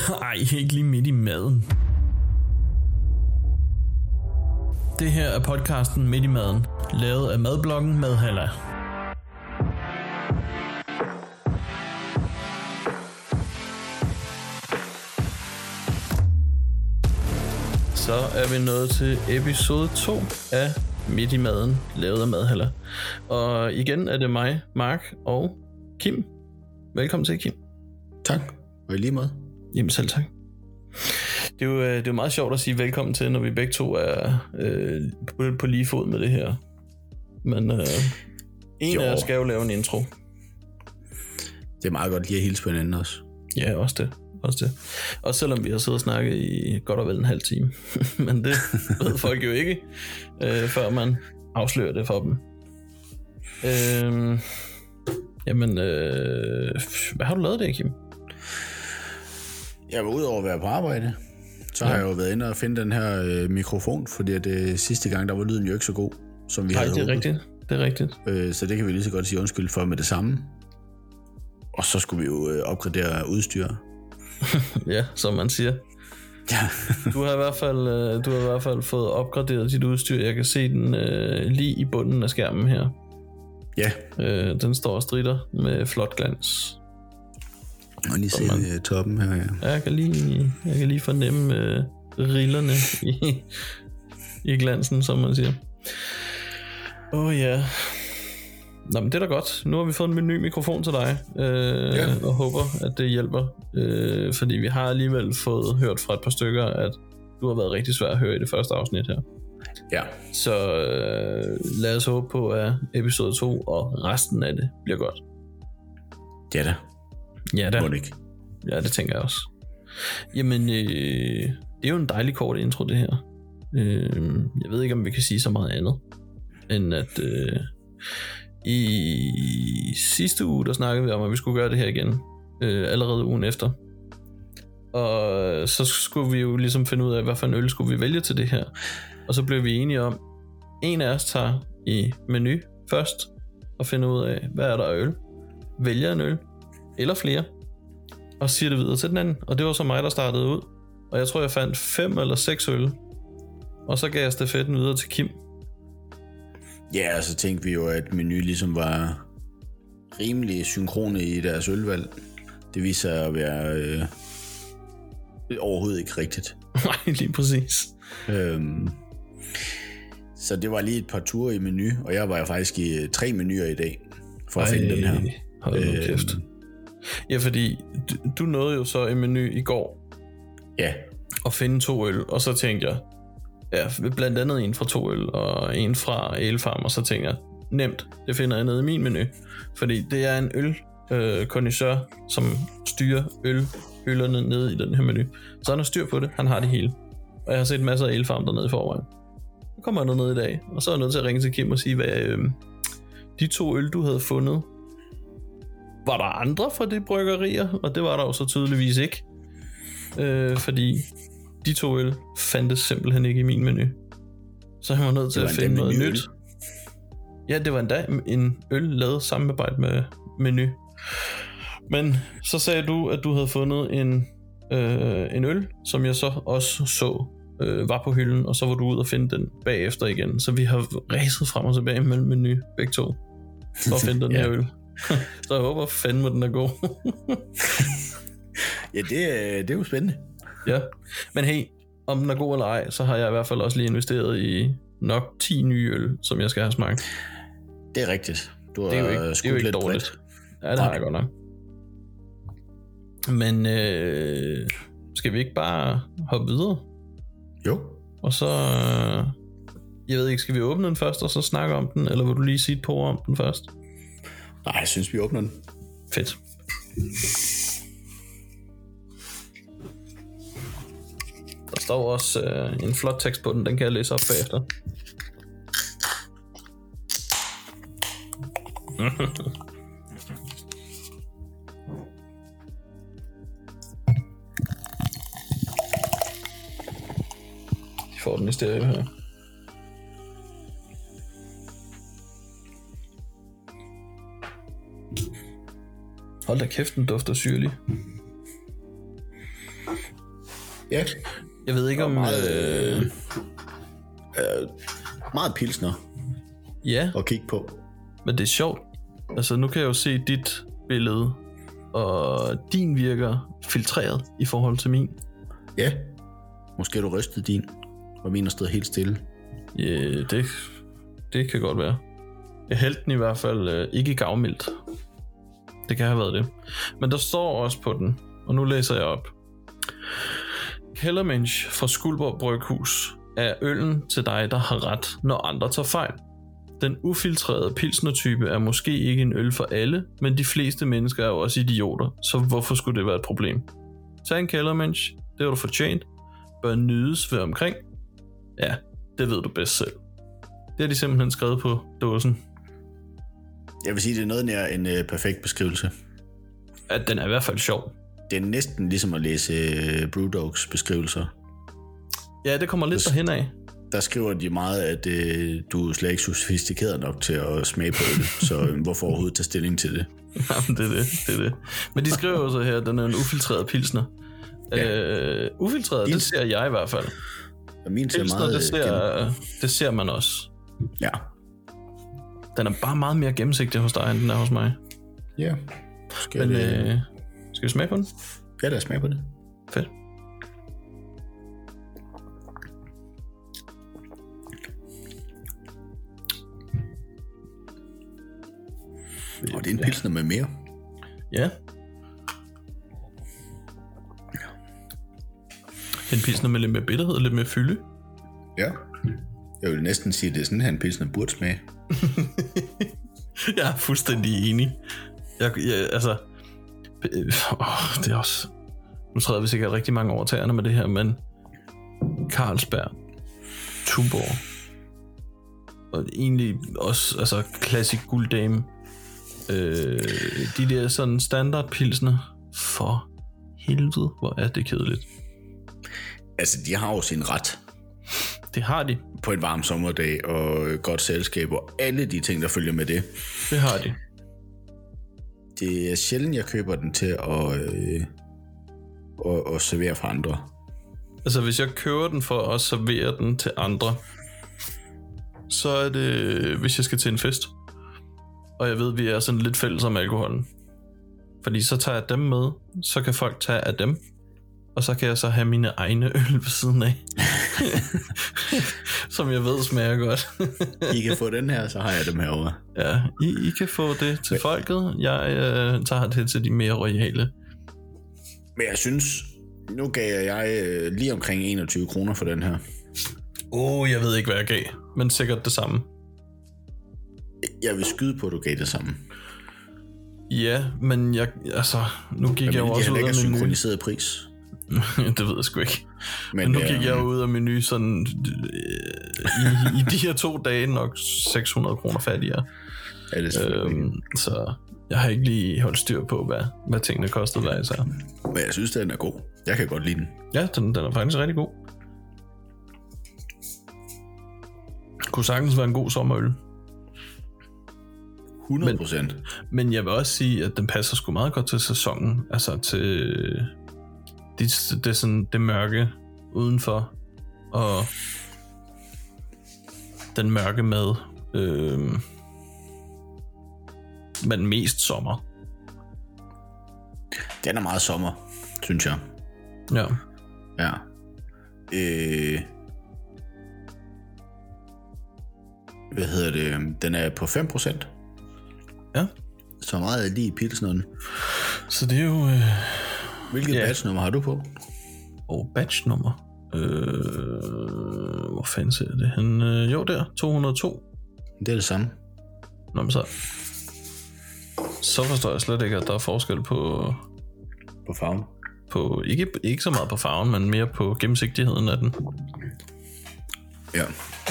Ej, ikke lige midt i maden. Det her er podcasten Midt i Maden, lavet af madbloggen Madhalla. Så er vi nået til episode 2 af Midt i Maden, lavet af Madhalla. Og igen er det mig, Mark og Kim. Velkommen til, Kim. Tak, og i lige måde. Jamen selv tak. Det er jo meget sjovt at sige velkommen til, når vi begge to er på lige fod med det her. Men en af os skal jo lave en intro. Det er meget godt lige at hilse på hinanden også. Ja, også det. Også selvom vi har siddet og snakket i godt og vel en halv time. Men det ved folk jo ikke, før man afslører det for dem. Hvad har du lavet det, Kim? Jeg var udover at være på arbejde, så har jeg jo været inde og finde den her mikrofon, fordi at sidste gang, der var lyden jo ikke så god, som vi havde håbet. Det er rigtigt. Så det kan vi lige så godt sige undskyld for med det samme. Og så skulle vi jo opgradere udstyr. Ja, som man siger. Ja. Du har i hvert fald fået opgraderet dit udstyr. Jeg kan se den lige i bunden af skærmen her. Ja. Den står og stritter med flot glans. Og lige se toppen her, ja. Jeg kan lige fornemme rillerne i glansen, som man siger. Ja. Nå, men det er da godt. Nu har vi fået en ny mikrofon til dig, og håber, at det hjælper. Fordi vi har alligevel fået hørt fra et par stykker, at du har været rigtig svær at høre i det første afsnit her. Ja. Så lad os håbe på, at episode 2 og resten af det bliver godt. Ja da. Ja da. Må det ikke? Ja, det tænker jeg også. Jamen, det er jo en dejlig kort intro, det her. Jeg ved ikke, om vi kan sige så meget andet, end at i sidste uge, der snakkede vi om, at vi skulle gøre det her igen, allerede ugen efter. Og så skulle vi jo ligesom finde ud af, hvad for en øl skulle vi vælge til det her. Og så blev vi enige om, en af os tager i menu først, og finder ud af, hvad er der af øl. Vælger en øl, eller flere, og siger det videre til den anden. Og det var så mig, der startede ud. Og jeg tror, jeg fandt 5 eller 6 øl. Og så gav jeg stafetten videre til Kim. Ja, og så tænkte vi jo, at Menu ligesom var rimelig synkrone i deres ølvalg. Det viser sig at være overhovedet ikke rigtigt. Nej, lige præcis. Så det var lige et par ture i Menu, og jeg var jo faktisk i 3 menuer i dag, for at finde den her. Hold nu kæft. Ja, fordi du nåede jo så i Menu i går. Ja. Og finde 2 øl, og så tænkte jeg, ja, blandt andet en fra 2 øl, og en fra Ale Farm, og så tænkte jeg, nemt, det finder jeg nede i min menu. Fordi det er en ølkondisør, som styrer øllerne nede i den her menu. Så han har styr på det, han har det hele. Og jeg har set masser af Ale Farm dernede i forvejen. Så kommer jeg ned i dag, og så er jeg nødt til at ringe til Kim og sige, hvad de 2 øl, du havde fundet, var der andre fra de bryggerier? Og det var der jo så tydeligvis ikke. Fordi de 2 øl fandtes simpelthen ikke i min menu. Så jeg var nødt til at finde noget nyt. Ja, det var endda en øl lavet samarbejde med Menu. Men så sagde du, at du havde fundet en øl, som jeg så også var på hylden, og så var du ud og finde den bagefter igen. Så vi har ræset frem og tilbage mellem Menu begge to for at finde den her øl. Så jeg håber fandme den er god. Ja, det er jo spændende. Ja, men hey, om den er god eller ej, så har jeg i hvert fald også lige investeret i nok 10 nye øl, som jeg skal have smagt. Det er rigtigt. Du har det er jo ikke dårligt. Bredt. Ja, det har jeg godt nok. Men skal vi ikke bare hoppe videre? Jo. Og så, jeg ved ikke, skal vi åbne den først, og så snakke om den, eller vil du lige sige et par ord om den først? Nej, jeg synes, vi åbner den. Fedt. Der står også en flot tekst på den, den kan jeg læse op bagefter. De får den i stereo her. Hold da kæft, den dufter syrlig. Ja. Jeg ved ikke om... Meget pilsner Ja, at kigge på. men det er sjovt. Altså, nu kan jeg jo se dit billede, og din virker filtreret i forhold til min. Ja. Måske har du rystet din, og min har stået helt stille. Ja, det kan godt være. Jeg hældte den i hvert fald ikke gavmildt. Det kan have været det. Men der står også på den, og nu læser jeg op. Kellermensch fra Skuldborg Bryghus er øllen til dig, der har ret, når andre tager fejl. Den ufiltrerede pilsnertype er måske ikke en øl for alle, men de fleste mennesker er jo også idioter, så hvorfor skulle det være et problem? Tag en Kellermensch, det har du fortjent. Bør nydes ved omkring. Ja, det ved du bedst selv. Det har de simpelthen skrevet på dåsen. Jeg vil sige, det er noget nær en perfekt beskrivelse. At den er i hvert fald sjov. Det er næsten ligesom at læse Brewdogs beskrivelser. Ja, det kommer lidt derhen af. Der skriver de meget, at du er slet ikke sofistikeret nok til at smage på det, så hvorfor overhovedet tage stilling til det? Jamen, det er det. Men de skriver jo så her, at den er en ufiltreret pilsner. Ja. Ufiltreret, det ser jeg i hvert fald. Og min ser pilsner, meget... det ser man også. Ja. Den er bare meget mere gennemsigtig hos dig, end den er hos mig. Ja. Skal vi smage på den? Ja, lad os smage på det. Fedt. Og det er en pilsner med mere. Ja. En pilsner med lidt mere bitterhed og lidt mere fylde. Ja. Jeg vil næsten sige, at det er sådan her en pilsner burde smage. Jeg er fuldstændig enig. Altså... det er også... Nu træder vi sikkert rigtig mange over tæerne med det her, men... Carlsberg. Tuborg. Og egentlig også, altså, Classic Gulddame. De der sådan standardpilsner. For helvede, hvor er det kedeligt. Altså, de har jo sin ret. Det har de. På en varm sommerdag og godt selskab og alle de ting, der følger med det. Det har de. Det er sjældent, jeg køber den til at servere for andre. Altså, hvis jeg køber den for at servere den til andre, så er det, hvis jeg skal til en fest. Og jeg ved, vi er sådan lidt fælles om alkoholen. Fordi så tager jeg dem med, så kan folk tage af dem. Og så kan jeg så have mine egne øl ved siden af. Som jeg ved smager godt. I kan få den her, så har jeg dem herovre. Ja, I kan få det til folket. Jeg tager det til de mere royale. Men jeg synes, nu gav jeg lige omkring 21 kroner for den her. Jeg ved ikke, hvad jeg gav. Men sikkert det samme. Jeg vil skyde på, at du gav det samme. Ja, men nu gik jeg jo også ud af menu. synkroniseret pris. Det ved jeg sgu ikke. Men nu gik jeg ud af menu sådan i de her 2 dage nok 600 kroner fattigere. Ja, det så jeg har ikke lige holdt styr på, hvad tingene kostede hver især. Men jeg synes, den er god. Jeg kan godt lide den. Ja, den er faktisk rigtig god. Kunne sagtens være en god sommerøl. 100%. Men jeg vil også sige, at den passer sgu meget godt til sæsonen. Altså til det er sådan det mørke udenfor, og den mørke mad, men mest sommer. Den er meget sommer, synes jeg. Ja. Ja. Hvad hedder det? Den er på 5%. Ja. Så meget lige pilsneren. Så det er jo... Hvilket batchnummer har du på? Batchnummer? Hvor fanden ser det? Jo, der. 202. Det er det samme. Nå, men så forstår jeg slet ikke, at der er forskel på farven. På, ikke så meget på farven, men mere på gennemsigtigheden af den. Ja.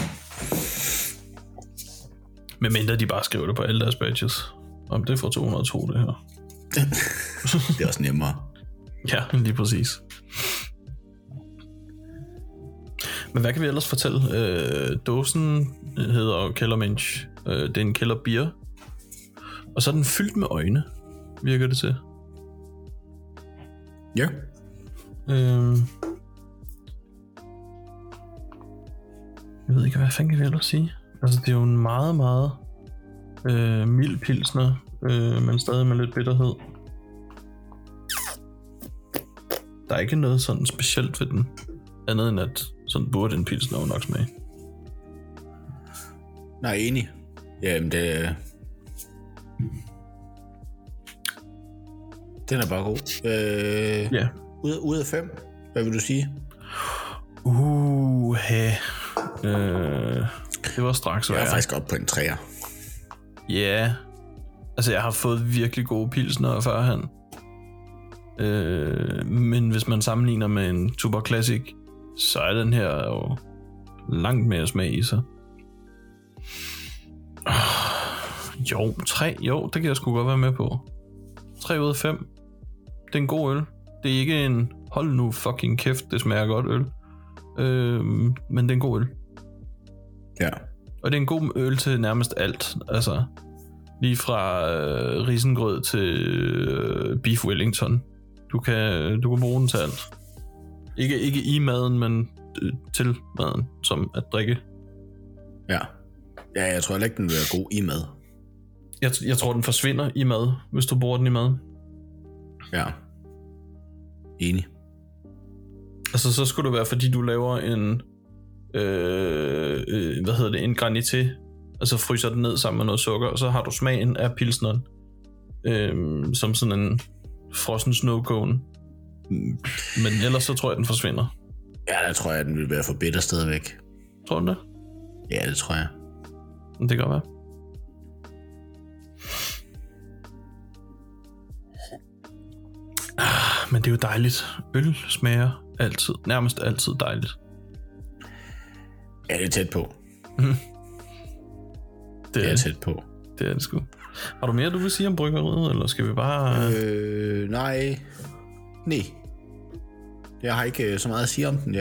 Men mindre de bare skriver det på alle deres badges. Om det er fra 202, det her. Det er også nemmere. Ja, lige præcis. Men hvad kan vi ellers fortælle? Dåsen hedder Kellermensch. Det er en Kellerbier. Og så er den fyldt med øjne, virker det til. Ja. Jeg ved ikke, hvad fanden kan vi ellers sige? Altså, det er jo en meget, meget mild pilsner, men stadig med lidt bitterhed. Der er ikke noget sådan specielt ved den, andet end at sådan burde en pilsner nok smage. Nej, enig. Jamen, den er bare god. Ja. Ud af 5, hvad vil du sige? Det var straks værre. Jeg er faktisk oppe på en 3'er. Ja. Altså, jeg har fået virkelig gode pilsner førhen. Men hvis man sammenligner med en Tuborg Classic, så er den her jo langt mere smag i sig. Jo, 3. Jo, det kan jeg sgu godt være med på. 3 ud af 5. Det er en god øl. Det er ikke en hold nu fucking kæft, det smager godt øl. Men det er en god øl. Ja. Og det er en god øl til nærmest alt. Altså, lige fra risengrød til beef wellington. Du kan bruge den til alt. Ikke i maden, men til maden, som at drikke. Ja. Ja, jeg tror heller ikke, den vil være god i mad. Jeg tror, den forsvinder i mad, hvis du bruger den i mad. Ja. Enig. Altså, så skulle det være, fordi du laver en en granité, altså fryser den ned sammen med noget sukker, og så har du smagen af pilsneren, som sådan en frossen snow cone. Men ellers så tror jeg, den forsvinder. Ja, der tror jeg, den vil være for bitter stadigvæk. Tror du det? Ja, det tror jeg. Det kan godt være. Men det er jo dejligt. Øl smager altid, nærmest altid dejligt. Ja, det er tæt på. Det er tæt på. Det er det sgu. Har du mere, du vil sige om bryggeriet, eller skal vi bare... Nej. Jeg har ikke så meget at sige om den.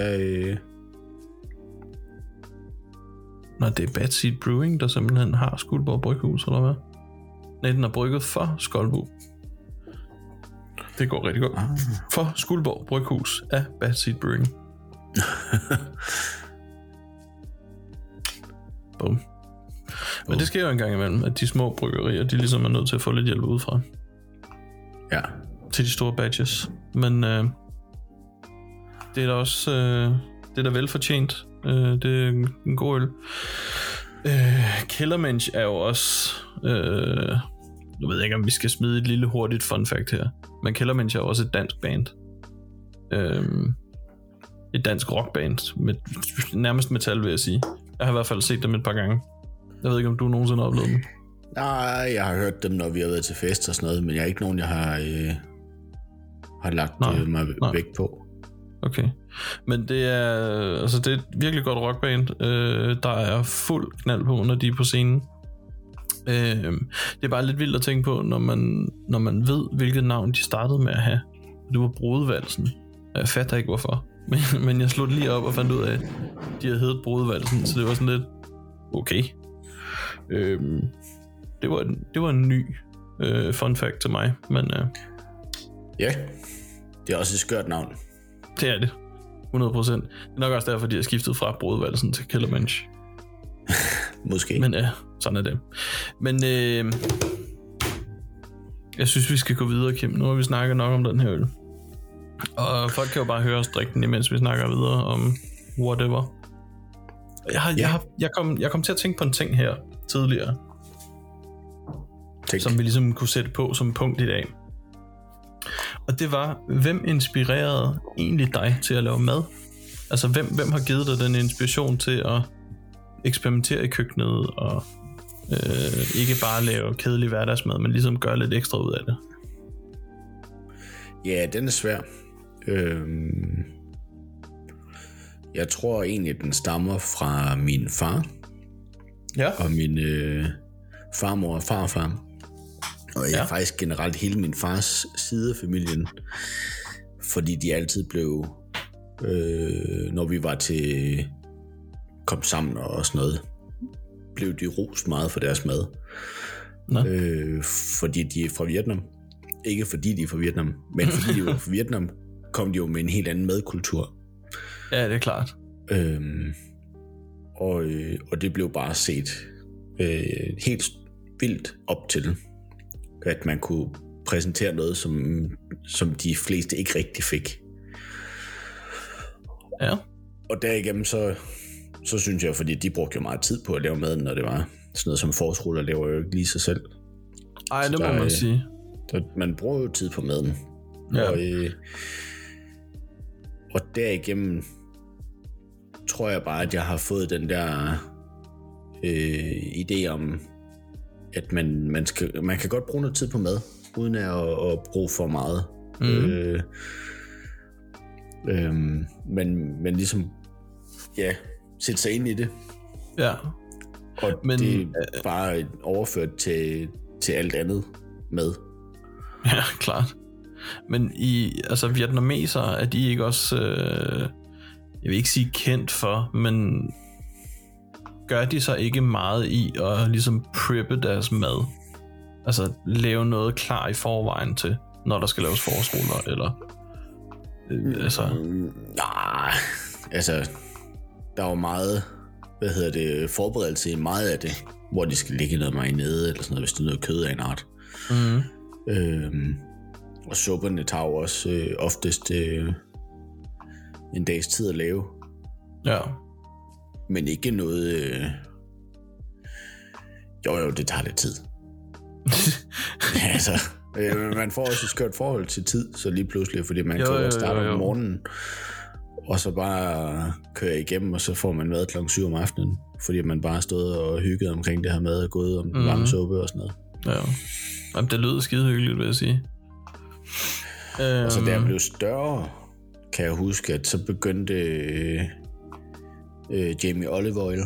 Nå, det er Bad Seed Brewing, der simpelthen har Skuldborg Bryghus, eller hvad? Nej, den er brygget for Skoldbo. Det går rigtig godt. For Skuldborg Bryghus af Bad Seed Brewing. Bum. Men det sker jo en gang imellem, at de små bryggerier, de ligesom er nødt til at få lidt hjælp udefra. Ja. Til de store badges. Men det er da også det er da velfortjent. Det er en god øl. Kellermensch er jo også jeg ved ikke, om vi skal smide et lille hurtigt fun fact her, men Kellermensch er jo også et dansk band. Et dansk rockband med nærmest metal, vil jeg sige. Jeg har i hvert fald set dem et par gange. Jeg ved ikke, om du nogensinde har oplevet dem. Nej, jeg har hørt dem, når vi har været til fest og sådan noget, men jeg er ikke nogen, jeg har lagt mig væk på. Okay. Men det er et virkelig godt rockband. Der er fuld knald på, når de er på scenen. Det er bare lidt vildt at tænke på, når man ved, hvilket navn de startede med at have. Det var Brudevalsen. Jeg fatter ikke hvorfor. Men jeg slog det lige op og fandt ud af, at de havde heddet Brudevalsen, så det var sådan lidt okay. Det var en ny fun fact til mig, men ja, det er også et skørt navn. Det er det, 100%. Det er nok også derfor, de har skiftet fra Brudevalsen til Kellermensch. Måske. Men ja, sådan er det. Men jeg synes, vi skal gå videre, Kim. Nu har vi snakket nok om den her øl. Og folk kan jo bare høre os drikke den, imens vi snakker videre om whatever. Jeg kom til at tænke på en ting her tidligere. Som vi ligesom kunne sætte på som punkt i dag. Og det var, hvem inspirerede egentlig dig til at lave mad? Altså, hvem har givet dig den inspiration til at eksperimentere i køkkenet og ikke bare lave kedelig hverdagsmad, men ligesom gøre lidt ekstra ud af det? Ja, den er svær. Jeg tror egentlig, at den stammer fra min far. Ja. Og min farmor og farfar. Og faktisk generelt hele min fars side af familien. Fordi de altid blev, når vi var til kom sammen og sådan noget, blev de rost meget for deres mad. Fordi de er fra Vietnam. Ikke fordi de er fra Vietnam, men fordi de var fra Vietnam, kom de jo med en helt anden madkultur. Ja, det er klart. Og det blev bare set helt vildt op til, at man kunne præsentere noget, som de fleste ikke rigtig fik. Ja. Og derigennem så synes jeg, fordi de brugte jo meget tid på at lave maden, når det var sådan noget som forårsruller, laver jo ikke lige sig selv. Ej, det må man sige. Man bruger jo tid på maden. Ja. Og derigennem tror jeg bare, at jeg har fået den der idé om, at man kan godt bruge noget tid på mad, uden at bruge for meget. Men ligesom, ja, sætte sig ind i det. Ja. Og det er bare overført til alt andet med. Ja, klart. Men altså vietnameser, er de ikke også, jeg vil ikke sige kendt for, men gør de så ikke meget i at ligesom preppe deres mad? Altså lave noget klar i forvejen til, når der skal laves forårsruller, eller Nej, altså der er jo meget, forberedelse i meget af det, hvor de skal ligge noget marinade, eller sådan noget, hvis det er noget kød af en art. Og supperne tager jo også oftest en dags tid at lave. Ja. Men ikke noget... Jo, det tager lidt tid. Altså, man får også et skørt forhold til tid, så lige pludselig, fordi man kan starte om morgenen, og så bare køre igennem, og så får man mad klokken 7 om aftenen, fordi man bare har stået og hygget omkring det her mad, og gået om varme suppe og sådan noget. Ja. Jamen, det lyder skide hyggeligt, vil jeg sige. Altså, da jeg blev større, kan jeg huske, at så begyndte Jamie Olive Oil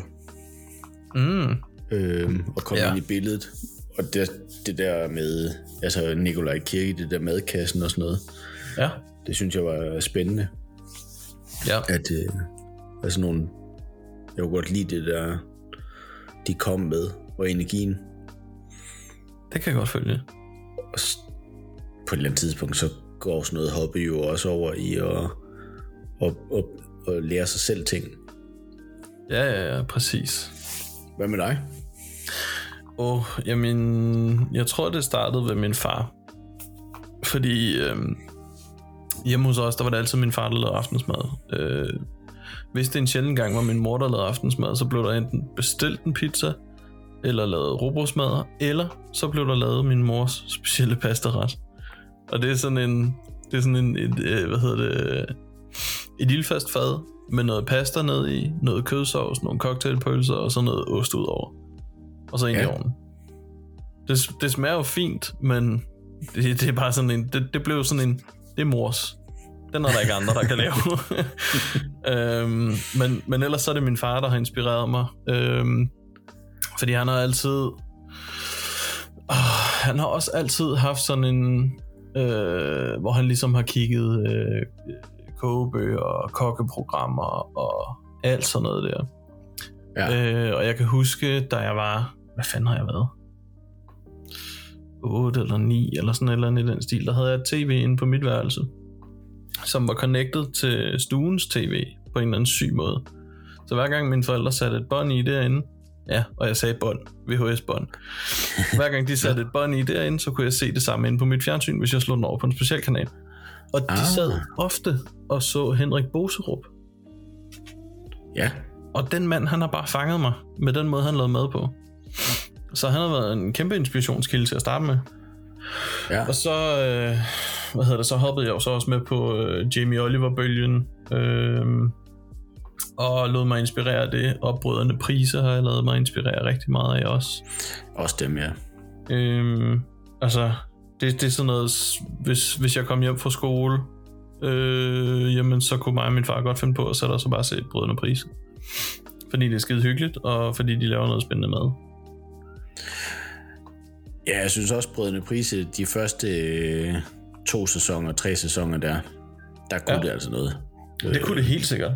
at komme ind i billedet. Og det der med, altså Nikolaj Kirke, det der madkassen og sådan noget, det synes jeg var spændende. Ja. At altså nogle, jeg kunne godt lide det der, de kom med, og energien. Det kan jeg godt følge. Og på et eller andet tidspunkt, så går sådan noget hobby jo også over i at lære sig selv ting. Ja, præcis. Hvad med dig? Jamen, jeg tror, det startede ved min far. Fordi hjemme hos os, der var det altid min far, der lavede aftensmad. Hvis det en sjælden gang var min mor, der lavede aftensmad, så blev der enten bestilt en pizza, eller lavet rugbrødsmadder, eller så blev der lavet min mors specielle pastaret. Og det er sådan et ildfast fad med noget pasta ned i, noget kødsovs, nogle cocktailpølser og så noget ost ud over. Og så ind i ovnen. Det smager jo fint, men det er bare sådan en, det blev sådan en, det er mors. Den er der ikke andre, der kan lave. Men ellers så er det min far, der har inspireret mig. Fordi han har også altid haft sådan en, hvor han ligesom har kigget kogebøger og kokkeprogrammer og alt sådan noget der. Ja. Og jeg kan huske, da jeg var, hvad fanden har jeg været? 8 eller 9 eller sådan et eller andet i den stil, der havde jeg et tv inde på mit værelse, som var connected til stuens tv på en eller anden syg måde. Så hver gang mine forældre satte et bånd i derinde, ja, og jeg sagde bånd, VHS-bånd. Hver gang de satte et bånd i derinde, så kunne jeg se det samme inde på mit fjernsyn, hvis jeg slog den over på en specialkanal. Og de sad ofte og så Henrik Boserup. Ja. Og den mand, han har bare fanget mig med den måde, han lavede mad på. Så han har været en kæmpe inspirationskilde til at starte med. Ja. Og så, så hoppede jeg jo så også med på Jamie Oliver-bølgen. Og lod mig inspirere af det. Og Brødrene Price har jeg lavet mig inspirere rigtig meget af også. Også dem, ja. Altså, det er sådan noget, hvis jeg kom hjem fra skole, jamen så kunne mig og min far godt finde på at sætte os og bare se Brødrene Price. Fordi det er skide hyggeligt, og fordi de laver noget spændende mad. Ja, jeg synes også Brødrene Price, de første 2 sæsoner, 3 sæsoner der kunne det altså noget. Det kunne det helt sikkert.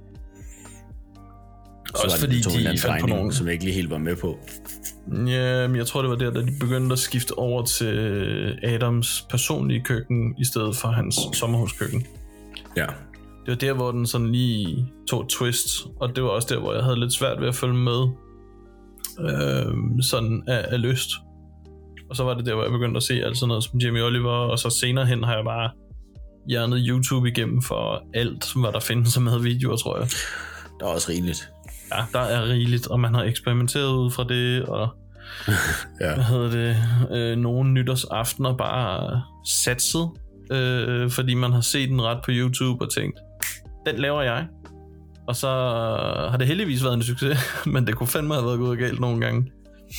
Så også fordi de fandt på nogen, som jeg ikke lige helt var med på. Ja, men jeg tror det var der, da de begyndte at skifte over til Adams personlige køkken i stedet for hans sommerhuskøkken. Ja. det var der, hvor den sådan lige tog twist, og det var også der, hvor jeg havde lidt svært ved at følge med sådan af lyst. Og så var det der, hvor jeg begyndte at se alt sådan noget som Jamie Oliver, og så senere hen har jeg bare hjernet YouTube igennem for alt, hvad der findes med videoer, tror jeg. Der er også rigeligt. Ja, der er rigeligt, og man har eksperimenteret ud fra det, og ja. hvad hedder det, nogle nytårsaftener bare satset, fordi man har set den ret på YouTube og tænkt, den laver jeg. Og så har det heldigvis været en succes, men det kunne fandme have været gået galt nogle gange.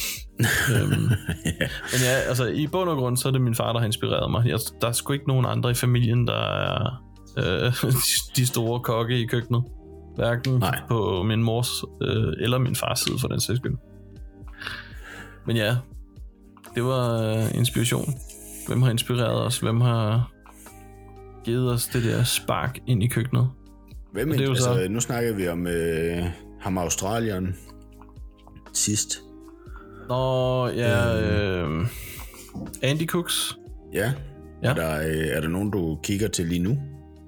Men ja, altså i bund og grund, så er det min far, der har inspireret mig. Der er sgu ikke nogen andre i familien, der er de store kokke i køkkenet. Hverken på min mors eller min fars side, for den sags skyld. Men ja, det var inspiration. Hvem har inspireret os? Hvem har givet os det der spark ind i køkkenet? Hvem altså, så... Nu snakker vi om ham australieren sidst. Nå, ja, Andy Cooks. Ja. Er der nogen, du kigger til lige nu?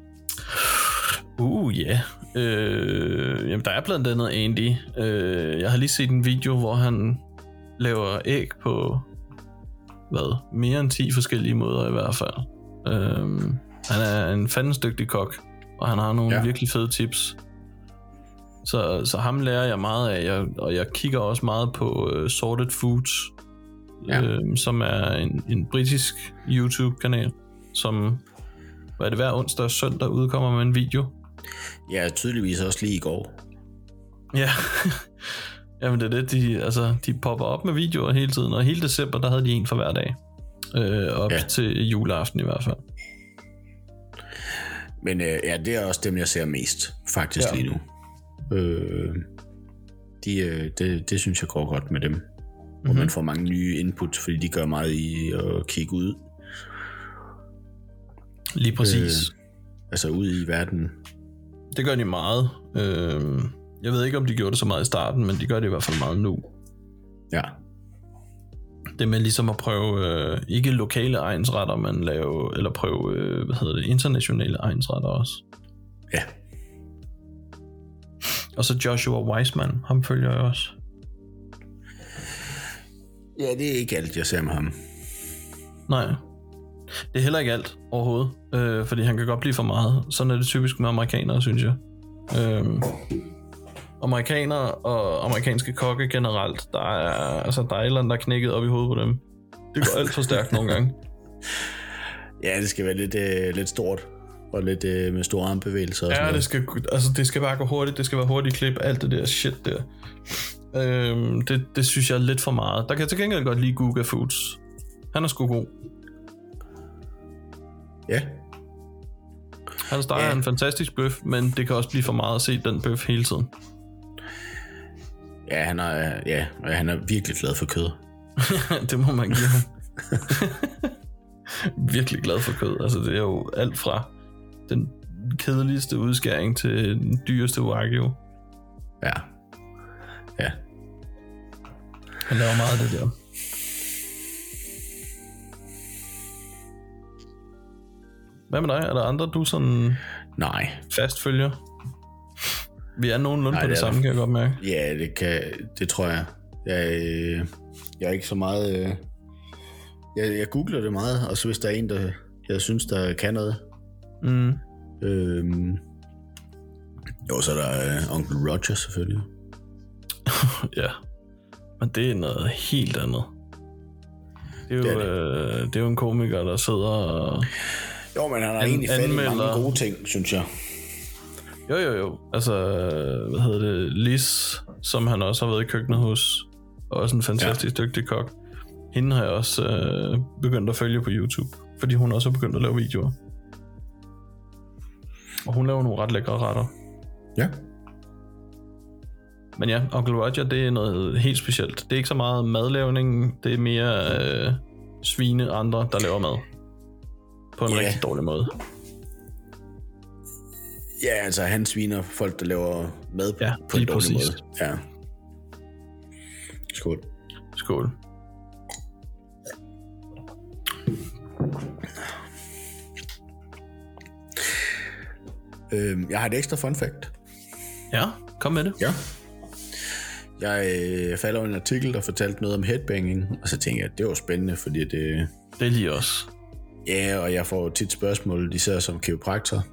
Ja. Jamen, der er blandt andet Andy. Jeg har lige set en video, hvor han laver æg på mere end 10 forskellige måder i hvert fald. Han er en fandens dygtig kok, og han har nogle virkelig fede tips. Så ham lærer jeg meget af, og jeg kigger også meget på Sorted Foods, som er en britisk YouTube-kanal, som hver onsdag og søndag udkommer med en video. Ja, tydeligvis også lige i går. Ja, jamen det er det, de popper op med videoer hele tiden, og hele december, der havde de en for hver dag, op til juleaften i hvert fald. Men det er også dem, jeg ser mest, faktisk lige nu. Det synes jeg går godt med dem. Hvor man får mange nye input, fordi de gør meget i at kigge ud. Lige præcis. Altså ud i verden. Det gør de meget. Jeg ved ikke, om de gjorde det så meget i starten, men de gør det i hvert fald meget nu. Ja. Det med ligesom at prøve ikke lokale egnsretter, men prøve internationale egnsretter også. Ja. Og så Joshua Weissman, ham følger jeg også. Ja, det er ikke alt, jeg ser med ham. Nej. Det er heller ikke alt overhovedet, fordi han kan godt blive for meget. Sådan er det typisk med amerikanere, synes jeg. Amerikanere og amerikanske kokke generelt, der er et eller andet, der er knækket op i hovedet på dem. Det går alt for stærkt nogle gange. Ja, det skal være lidt stort og lidt med store armbevægelser. Og det skal bare gå hurtigt. Det skal være hurtigt klip, alt det der shit der. Det synes jeg er lidt for meget. Der kan jeg til gengæld godt lide Guga Foods. Han er sgu god. Ja. Han steger en fantastisk bøf, men det kan også blive for meget at se den bøf hele tiden. Ja, han er virkelig glad for kød. Det må man give ham. Virkelig glad for kød. Altså det er jo alt fra den kedeligste udskæring til den dyreste wagyu. Ja. Han laver meget af det der. Hvad med dig? Er der andre, du sådan fast følger? Vi er nogenlunde på det samme, kan jeg godt mærke. Ja, det tror jeg. Jeg er ikke så meget... Jeg googler det meget, og så hvis der er en, der jeg synes, der kan noget. Jo, så er der Onkel Roger selvfølgelig. Ja, men det er noget helt andet. Det er jo en komiker, der sidder og... Jo, men han har egentlig fat i mange gode ting, synes jeg. Jo. Altså, Liz, som han også har været i køkkenet hos, og også en fantastisk dygtig kok. Hende har jeg også begyndt at følge på YouTube, fordi hun også har begyndt at lave videoer. Og hun laver nogle ret lækre retter. Ja. Men ja, Onkel Roger, det er noget helt specielt. Det er ikke så meget madlavning, det er mere svine andre, der laver mad. På en rigtig dårlig måde. Ja, altså han sviner folk, der laver mad på en dårlig måde. Ja. Skål. Skål. Jeg har et ekstra fun fact. Ja, kom med det. Ja. Jeg faldt over en artikel, der fortalte noget om headbanging, og så tænkte jeg, at det var spændende, fordi det... Det er lige os. Ja, og jeg får tit spørgsmål, især som kiropraktor,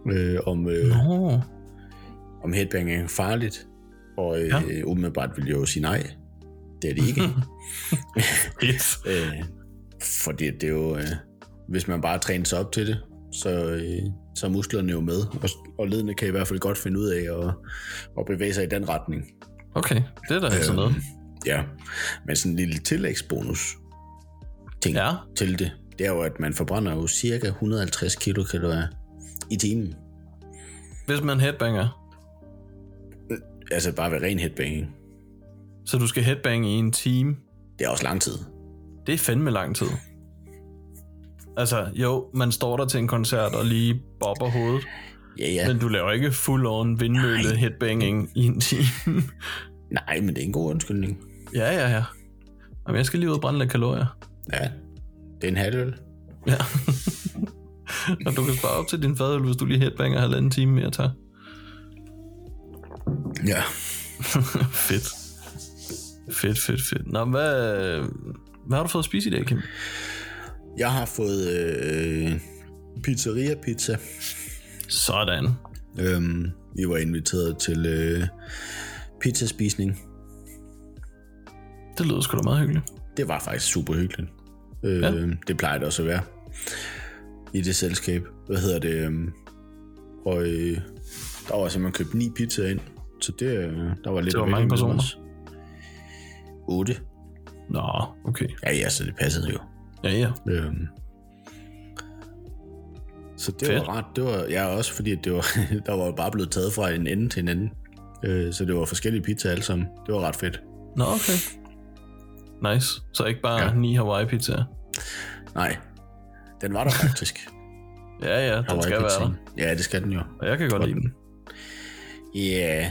om headbanging er farligt. Og umiddelbart vil jeg jo sige nej. Det er det ikke. Yes. Fordi det er jo... hvis man bare træner sig op til det, så er musklerne jo med, og ledene kan i hvert fald godt finde ud af at bevæge sig i den retning. Okay, det er da ikke sådan noget. Ja, men sådan en lille tillægsbonus ting til det, det er jo, at man forbrænder jo cirka 150 kilokalorier i timen. Hvis man headbanger? Altså bare ved ren headbanging. Så du skal headbange i en time? Det er også lang tid. Det er fandme lang tid. Altså, jo, man står der til en koncert og lige bobber hovedet. Ja. Men du laver ikke full-on vindmølle headbanging i en time. Nej, men det er en god undskyldning. Ja. Jamen, jeg skal lige ud og brænde lidt kalorier. Ja, det er en halvøl. Ja. Og du kan spare op til din fadøl, hvis du lige headbanger 1,5 time mere tager. Ja. Fedt. Nå, hvad har du fået at spise i dag, Kim? Jeg har fået pizza. Sådan. Vi var inviteret til pizzaspisning. Det lyder sgu da meget hyggeligt. Det var faktisk super hyggeligt. Det plejer det også at være i det selskab. Og der var simpelthen købt 9 pizzaer ind. Så der var lidt... Det var mange personer? 8. Nå, okay. Ja, så det passede jo. Ja. Så det var ret. Det var også fordi det var der var bare blevet taget fra en ende til en anden. Så det var forskellige pizzaer alle sammen. Det var ret fedt. Nå, okay. Nice. Så ikke bare 9 Hawaii pizzaer? Nej. Den var der faktisk. Ja, den skal være der. Ja, det skal den jo. Og jeg kan godt lide den. Ja.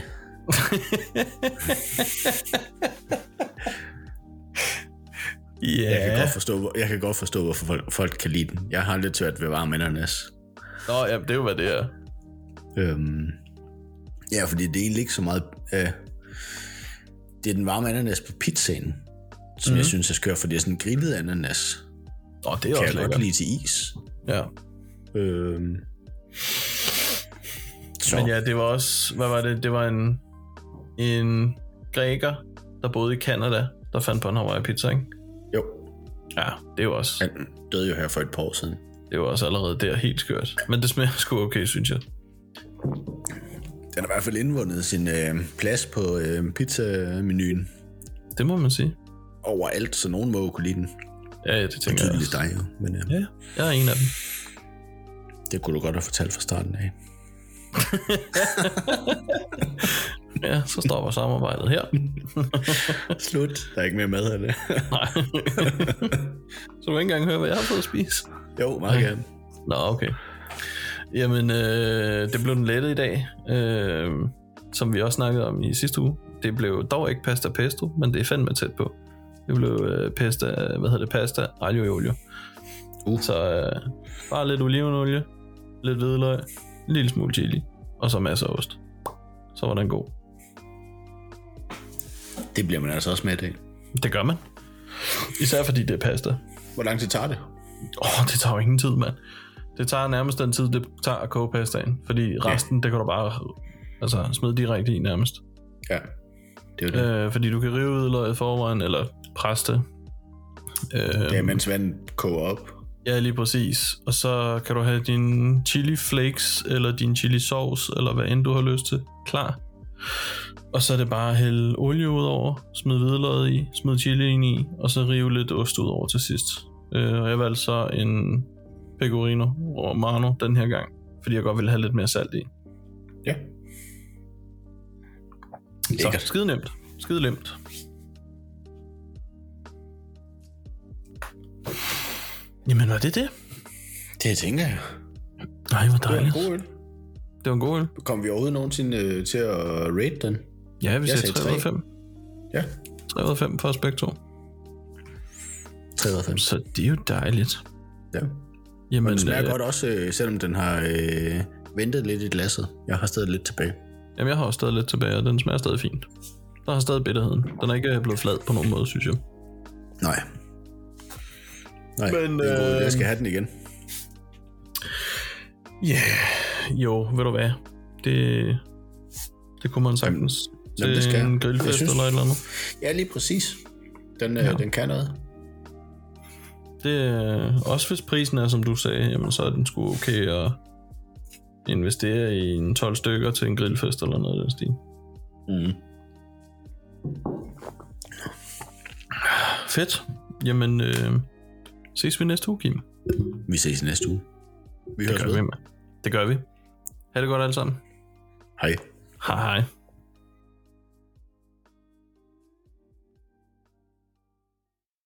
Jeg kan godt forstå, hvorfor folk kan lide den. Jeg har lidt svært ved varm ananas. Nå, ja, det er jo, hvad det er. Ja, fordi det er egentlig ikke så meget... det er den varme ananas på pizzaen, som jeg synes er skør, for det er sådan en grillet ananas. Det er kan også jeg godt lide til is. Ja. Men ja, det var også... Hvad var det? Det var en græker, der boede i Canada, der fandt på en Hawaii pizza, ikke? Jo. Ja, det er jo også... Han døde jo her for et par år siden. Det var også allerede der helt skørt. Men det smager sgu okay, synes jeg. Den har i hvert fald indvundet sin plads på pizzamenuen. Det må man sige. Overalt, så nogen må kunne lide den. Ja, det tænker jeg også. Dig, jo. Men, ja, jeg er en af dem. Det kunne du godt have fortalt fra starten af. Ja, så stopper samarbejdet her. Slut. Der er ikke mere mad af det. Nej. Så du ikke engang høre, hvad jeg har fået at spise? Jo, meget gerne. Nå, okay. Jamen, det blev den lette i dag, som vi også snakkede om i sidste uge. Det blev dog ikke pasta pesto, men det er fandme tæt på. Det blev pasta aglio olio. Så bare lidt olivenolie, lidt hvidløg, en lille smule chili, og så masser af ost. Så var den god. Det bliver man altså også med af. Det gør man. Især fordi det er pasta. Hvor lang tid tager det? Det tager jo ingen tid, mand. Det tager nærmest den tid, det tager at koge pastaen. Fordi resten, det kan du bare smide direkte i nærmest. Ja, det er det. Fordi du kan rive hvidløg i forvejen, eller presse det. Det er, mens vandet koger op. Ja, lige præcis. Og så kan du have din chili flakes, eller din chili sauce, eller hvad end du har lyst til, klar. Og så er det bare at hælde olie ud over, smid hvidløget i, smid chilien i, og så rive lidt ost ud over til sidst. Og jeg valgte så en pecorino romano den her gang, fordi jeg godt ville have lidt mere salt i. Ja. Så skide nemt. Skide nemt. Jamen, var det det? Det tænker jeg. Nej, hvor dejligt. Det var en god øl. Det var en god øl. Kom vi overhovedet nogensinde til at rate den? Ja, vi sagde 3 ud af 5. Ja. 3 ud af 5 for os begge to. 3 ud af 5. Så det er jo dejligt. Ja. Jamen, og den smager godt også, selvom den har ventet lidt i glasset. Jeg har stadig lidt tilbage. Jamen, jeg har også stadig lidt tilbage, og den smager stadig fint. Der har stadig bitterheden. Den er ikke blevet flad på nogen måde, synes jeg. Nej. Men, det er jeg skal have den igen. Ja, jo, ved du hvad? Det kunne man sagtens. Jamen, det skal en grillfest eller et eller andet. Ja, lige præcis. Den kan noget. Det er også, hvis prisen er, som du sagde, jamen, så er den sgu okay at investere i en 12 stykker til en grillfest eller noget af den stil. Mm. Fedt. Jamen, ses vi næste uge, Kim. Vi ses næste uge. Det gør vi. Ha' det godt alle sammen. Hej. Hej hej.